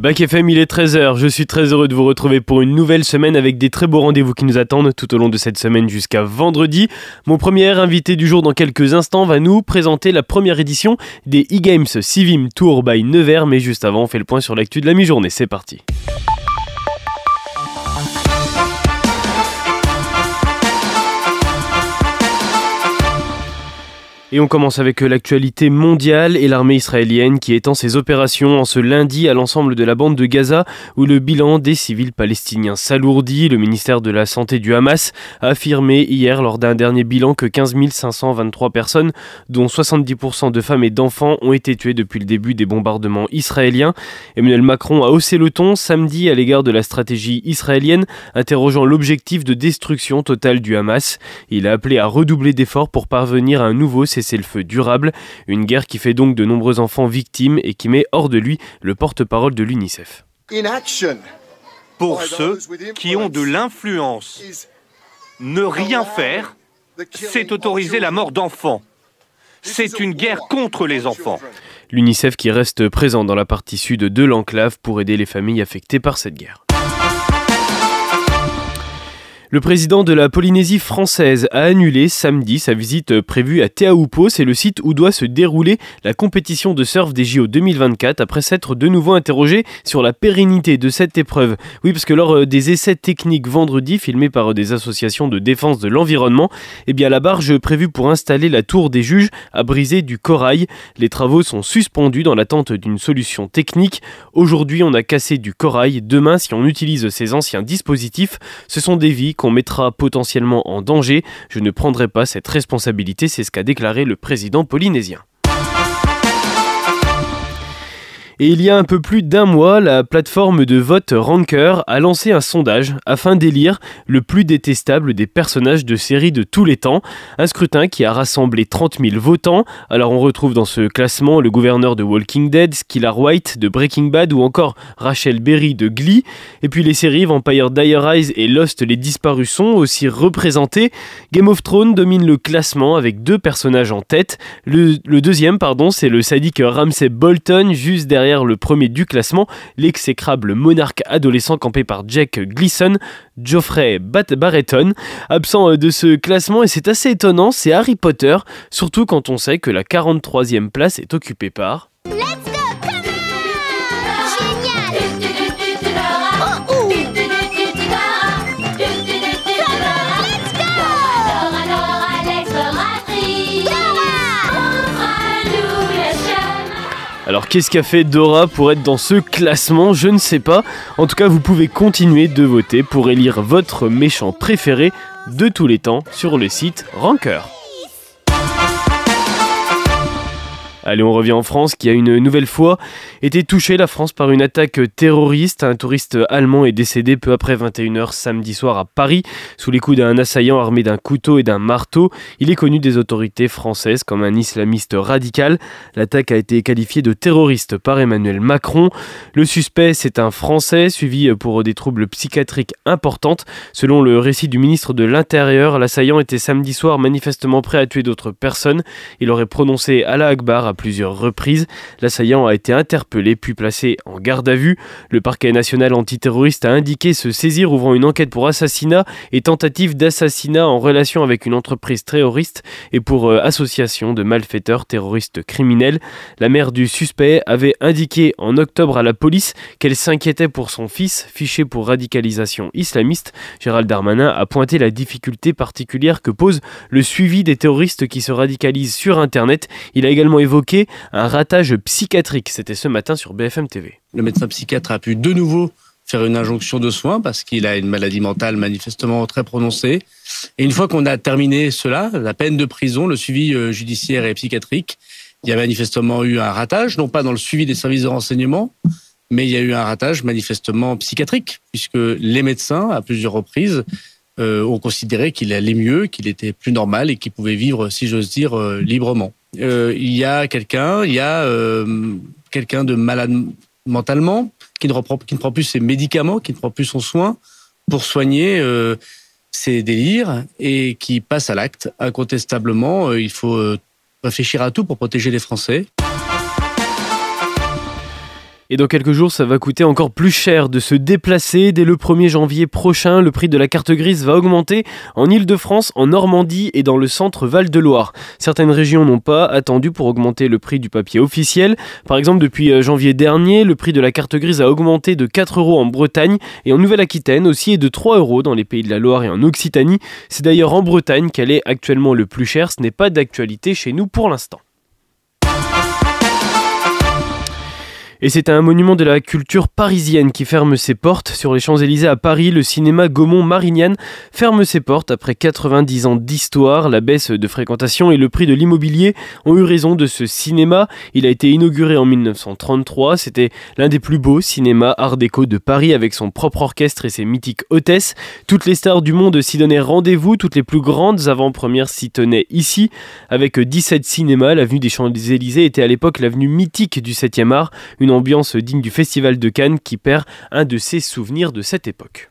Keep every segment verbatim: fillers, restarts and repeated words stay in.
Bac F M, il est treize heures. Je suis très heureux de vous retrouver pour une nouvelle semaine avec des très beaux rendez-vous qui nous attendent tout au long de cette semaine jusqu'à vendredi. Mon premier invité du jour dans quelques instants va nous présenter la première édition des e-Games Civim Tour by Nevers. Mais juste avant, on fait le point sur l'actu de la mi-journée. C'est parti. Et on commence avec l'actualité mondiale et l'armée israélienne qui étend ses opérations en ce lundi à l'ensemble de la bande de Gaza où le bilan des civils palestiniens s'alourdit. Le ministère de la Santé du Hamas a affirmé hier lors d'un dernier bilan que quinze mille cinq cent vingt-trois personnes, dont soixante-dix pour cent de femmes et d'enfants, ont été tuées depuis le début des bombardements israéliens. Emmanuel Macron a haussé le ton samedi à l'égard de la stratégie israélienne, interrogeant l'objectif de destruction totale du Hamas. Il a appelé à redoubler d'efforts pour parvenir à un nouveau cessez-le-feu durable, une guerre qui fait donc de nombreux enfants victimes et qui met hors de lui le porte-parole de l'UNICEF. Pour ceux qui ont de l'influence, ne rien faire, c'est autoriser la mort d'enfants. C'est une guerre contre les enfants. L'UNICEF qui reste présent dans la partie sud de l'enclave pour aider les familles affectées par cette guerre. Le président de la Polynésie française a annulé samedi sa visite prévue à Te Aupo, c'est le site où doit se dérouler la compétition de surf des J O deux mille vingt-quatre, après s'être de nouveau interrogé sur la pérennité de cette épreuve. Oui, parce que lors des essais techniques vendredi, filmés par des associations de défense de l'environnement, eh bien la barge prévue pour installer la tour des juges a brisé du corail. Les travaux sont suspendus dans l'attente d'une solution technique. Aujourd'hui, on a cassé du corail. Demain, si on utilise ces anciens dispositifs, ce sont des vies qu'on mettra potentiellement en danger. Je ne prendrai pas cette responsabilité, c'est ce qu'a déclaré le président polynésien. Et il y a un peu plus d'un mois, la plateforme de vote Ranker a lancé un sondage afin d'élire le plus détestable des personnages de séries de tous les temps. Un scrutin qui a rassemblé trente mille votants. Alors on retrouve dans ce classement le gouverneur de Walking Dead, Skylar White de Breaking Bad ou encore Rachel Berry de Glee. Et puis les séries Vampire Diaries et Lost les disparus sont aussi représentées. Game of Thrones domine le classement avec deux personnages en tête. Le, le deuxième, pardon, c'est le sadique Ramsay Bolton, juste derrière le premier du classement, l'exécrable monarque adolescent campé par Jack Gleeson, Geoffrey Barretton. Absent de ce classement, et c'est assez étonnant, c'est Harry Potter, surtout quand on sait que la quarante-troisième place est occupée par... Let's go, come on! Génial! Oh, oh. Let's go! Dora, Dora, l'exploratrice. Dora! Montre-nous le chemin. Alors qu'est-ce qu'a fait Dora pour être dans ce classement ? Je ne sais pas. En tout cas, vous pouvez continuer de voter pour élire votre méchant préféré de tous les temps sur le site Ranker. Allez, on revient en France, qui a une nouvelle fois été touchée, la France, par une attaque terroriste. Un touriste allemand est décédé peu après vingt et une heures samedi soir à Paris, sous les coups d'un assaillant armé d'un couteau et d'un marteau. Il est connu des autorités françaises comme un islamiste radical. L'attaque a été qualifiée de terroriste par Emmanuel Macron. Le suspect, c'est un Français, suivi pour des troubles psychiatriques importantes. Selon le récit du ministre de l'Intérieur, l'assaillant était samedi soir manifestement prêt à tuer d'autres personnes. Il aurait prononcé Allah Akbar à plusieurs reprises. L'assaillant a été interpellé puis placé en garde à vue. Le parquet national antiterroriste a indiqué se saisir, ouvrant une enquête pour assassinat et tentative d'assassinat en relation avec une entreprise terroriste et pour euh, association de malfaiteurs terroristes criminels. La mère du suspect avait indiqué en octobre à la police qu'elle s'inquiétait pour son fils, fiché pour radicalisation islamiste. Gérald Darmanin a pointé la difficulté particulière que pose le suivi des terroristes qui se radicalisent sur Internet. Il a également évoqué un ratage psychiatrique. C'était ce matin sur B F M T V. Le médecin psychiatre a pu de nouveau faire une injonction de soins parce qu'il a une maladie mentale manifestement très prononcée. Et une fois qu'on a terminé cela, la peine de prison, le suivi judiciaire et psychiatrique, il y a manifestement eu un ratage, non pas dans le suivi des services de renseignement, mais il y a eu un ratage manifestement psychiatrique, puisque les médecins, à plusieurs reprises, euh, ont considéré qu'il allait mieux, qu'il était plus normal et qu'il pouvait vivre, si j'ose dire, euh, librement. Euh, il y a quelqu'un, il y a euh, quelqu'un de malade mentalement qui ne, reprend, qui ne prend plus ses médicaments, qui ne prend plus son soin pour soigner euh, ses délires et qui passe à l'acte. Incontestablement, euh, il faut euh, réfléchir à tout pour protéger les Français. Et dans quelques jours, ça va coûter encore plus cher de se déplacer. Dès le premier janvier prochain, le prix de la carte grise va augmenter en Île-de-France, en Normandie et dans le centre Val-de-Loire. Certaines régions n'ont pas attendu pour augmenter le prix du papier officiel. Par exemple, depuis janvier dernier, le prix de la carte grise a augmenté de quatre euros en Bretagne et en Nouvelle-Aquitaine aussi et de trois euros dans les Pays de la Loire et en Occitanie. C'est d'ailleurs en Bretagne qu'elle est actuellement le plus chère. Ce n'est pas d'actualité chez nous pour l'instant. Et c'est un monument de la culture parisienne qui ferme ses portes. Sur les Champs-Élysées à Paris, le cinéma Gaumont-Marignane ferme ses portes après quatre-vingt-dix ans d'histoire. La baisse de fréquentation et le prix de l'immobilier ont eu raison de ce cinéma. Il a été inauguré en dix-neuf cent trente-trois. C'était l'un des plus beaux cinémas art déco de Paris avec son propre orchestre et ses mythiques hôtesses. Toutes les stars du monde s'y donnaient rendez-vous. Toutes les plus grandes avant-premières s'y tenaient ici. Avec dix-sept cinémas, l'avenue des Champs-Élysées était à l'époque l'avenue mythique du septième art. Une ambiance digne du Festival de Cannes qui perd un de ses souvenirs de cette époque.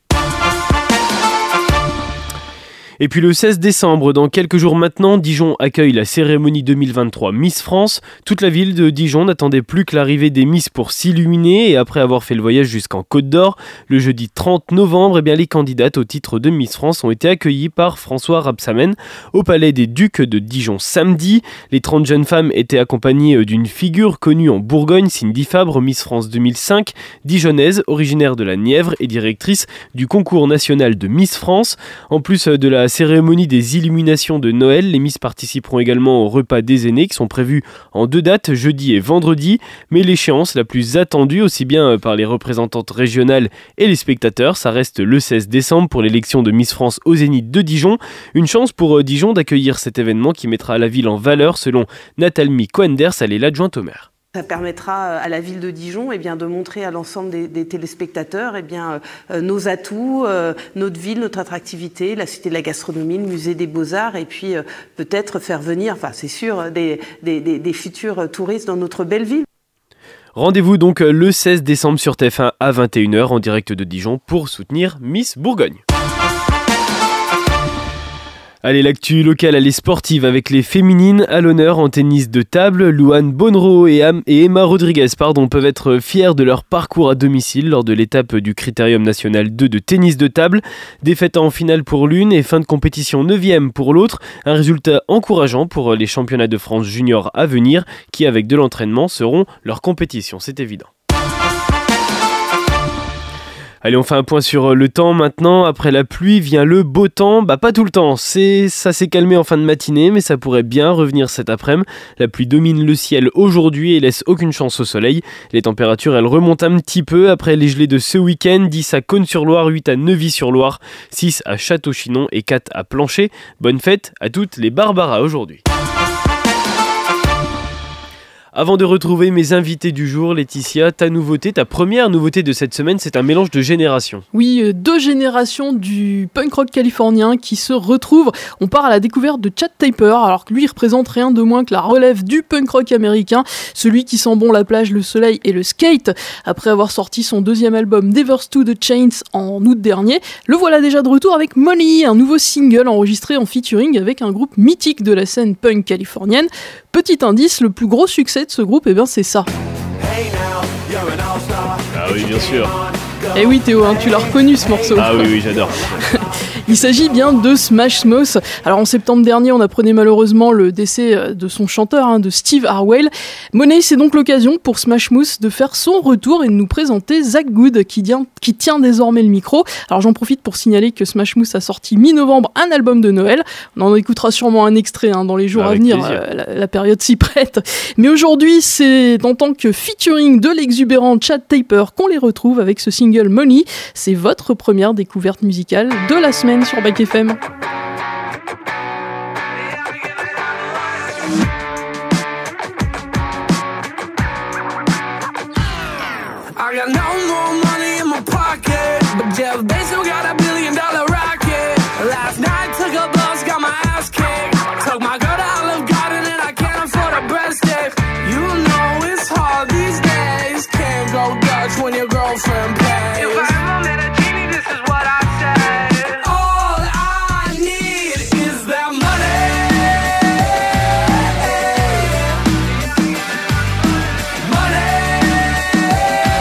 Et puis le seize décembre, dans quelques jours maintenant, Dijon accueille la cérémonie deux mille vingt-trois Miss France. Toute la ville de Dijon n'attendait plus que l'arrivée des Miss pour s'illuminer et après avoir fait le voyage jusqu'en Côte d'Or, le jeudi trente novembre, eh bien, les candidates au titre de Miss France ont été accueillies par François Rebsamen au Palais des Ducs de Dijon samedi. Les trente jeunes femmes étaient accompagnées d'une figure connue en Bourgogne, Cindy Fabre, Miss France deux mille cinq, dijonnaise, originaire de la Nièvre et directrice du concours national de Miss France. En plus de la cérémonie des illuminations de Noël, les Miss participeront également au repas des aînés qui sont prévus en deux dates, jeudi et vendredi. Mais l'échéance la plus attendue, aussi bien par les représentantes régionales et les spectateurs, ça reste le seize décembre pour l'élection de Miss France au Zénith de Dijon. Une chance pour Dijon d'accueillir cet événement qui mettra la ville en valeur, selon Nathalie Coenders, elle est l'adjointe au maire. Ça permettra à la ville de Dijon eh bien, de montrer à l'ensemble des, des téléspectateurs eh bien, euh, nos atouts, euh, notre ville, notre attractivité, la Cité de la Gastronomie, le Musée des Beaux-Arts et puis euh, peut-être faire venir, enfin c'est sûr, des, des, des, des futurs touristes dans notre belle ville. Rendez-vous donc le seize décembre sur T F un à vingt et une heures en direct de Dijon pour soutenir Miss Bourgogne. Allez, l'actu locale, elle est sportive avec les féminines à l'honneur en tennis de table. Louane Bonnereau et, Am- et Emma Rodriguez pardon, peuvent être fiers de leur parcours à domicile lors de l'étape du Critérium National deux de tennis de table. Défaite en finale pour l'une et fin de compétition neuvième pour l'autre. Un résultat encourageant pour les championnats de France juniors à venir qui, avec de l'entraînement, seront leur compétition, c'est évident. Allez, on fait un point sur le temps maintenant. Après la pluie vient le beau temps. Bah pas tout le temps, c'est, ça s'est calmé en fin de matinée, mais ça pourrait bien revenir cet après-midi. La pluie domine le ciel aujourd'hui et laisse aucune chance au soleil. Les températures, elles remontent un petit peu après les gelées de ce week-end. dix à Cosne-sur-Loire, huit à Neuvy-sur-Loire, six à Château-Chinon et quatre à Plancher. Bonne fête à toutes les Barbaras aujourd'hui. Avant de retrouver mes invités du jour, Laetitia, ta nouveauté, ta première nouveauté de cette semaine, c'est un mélange de générations. Oui, deux générations du punk rock californien qui se retrouvent. On part à la découverte de Chad Taper, alors que lui il représente rien de moins que la relève du punk rock américain, celui qui sent bon la plage, le soleil et le skate. Après avoir sorti son deuxième album Devers to the Chains en août dernier, le voilà déjà de retour avec Money, un nouveau single enregistré en featuring avec un groupe mythique de la scène punk californienne. Petit indice, le plus gros succès de ce groupe, eh ben c'est ça. Ah oui, bien sûr. Eh oui Théo, hein, tu l'as reconnu ce morceau. Ah oui, oui, j'adore. Il s'agit bien de Smash Mouth. Alors en septembre dernier, on apprenait malheureusement le décès de son chanteur, hein, de Steve Harwell. Money, c'est donc l'occasion pour Smash Mouth de faire son retour et de nous présenter Zach Good, qui tient, qui tient désormais le micro. Alors j'en profite pour signaler que Smash Mouth a sorti mi-novembre un album de Noël. On en écoutera sûrement un extrait hein, dans les jours Avec à venir, plaisir. euh, la, la période s'y prête. Mais aujourd'hui, c'est en tant que featuring de l'exubérant Chad Taper qu'on les retrouve avec ce single Money. C'est votre première découverte musicale de la semaine sur Bac F M. I got no more money in my pocket, but Jeff Bezos got a billion dollar rocket. Last night took a bus, got my ass kicked. Took my girl to Olive Garden and I can't afford a breadstick. You know it's hard these days, can't go Dutch when your girlfriend pays. If I ever met a genie, this is what I say. All I need is that money. Money.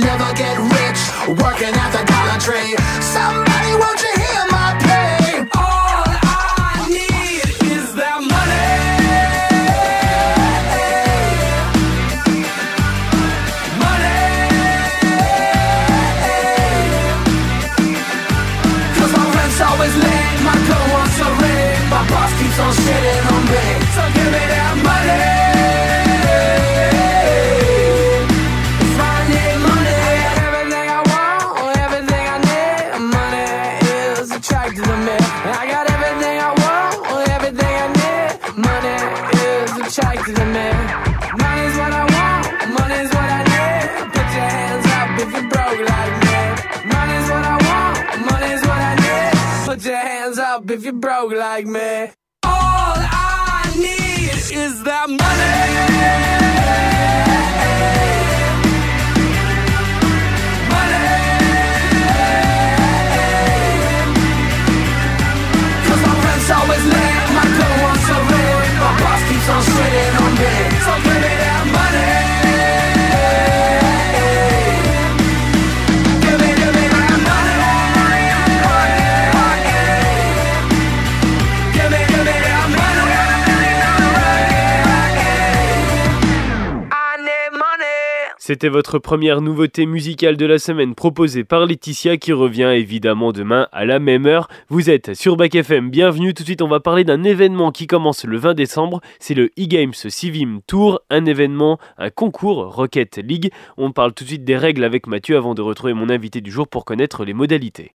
never get rich working at the Dollar Tree. Somebody, won't you hear my plea? All I need is that money. Money. Cause my rent's always late, my girl wants a ring, my boss keeps on shitting on me. So give me that money. Attracted to me. Money's what I want, money's what I need. Put your hands up if you're broke like me. Money's what I want, money's what I need. Put your hands up if you're broke like me. All I need is that money. Always late, my girl wants a ring, my boss keeps on shitting on me. So give me that money. Give me, give me that money. Give me, give me that money. I need money. C'était votre première nouveauté musicale de la semaine proposée par Laetitia qui revient évidemment demain à la même heure. Vous êtes sur Back F M, bienvenue. Tout de suite on va parler d'un événement qui commence le vingt décembre. C'est le e-Games Civim Tour, un événement, un concours Rocket League. On parle tout de suite des règles avec Mathieu avant de retrouver mon invité du jour pour connaître les modalités.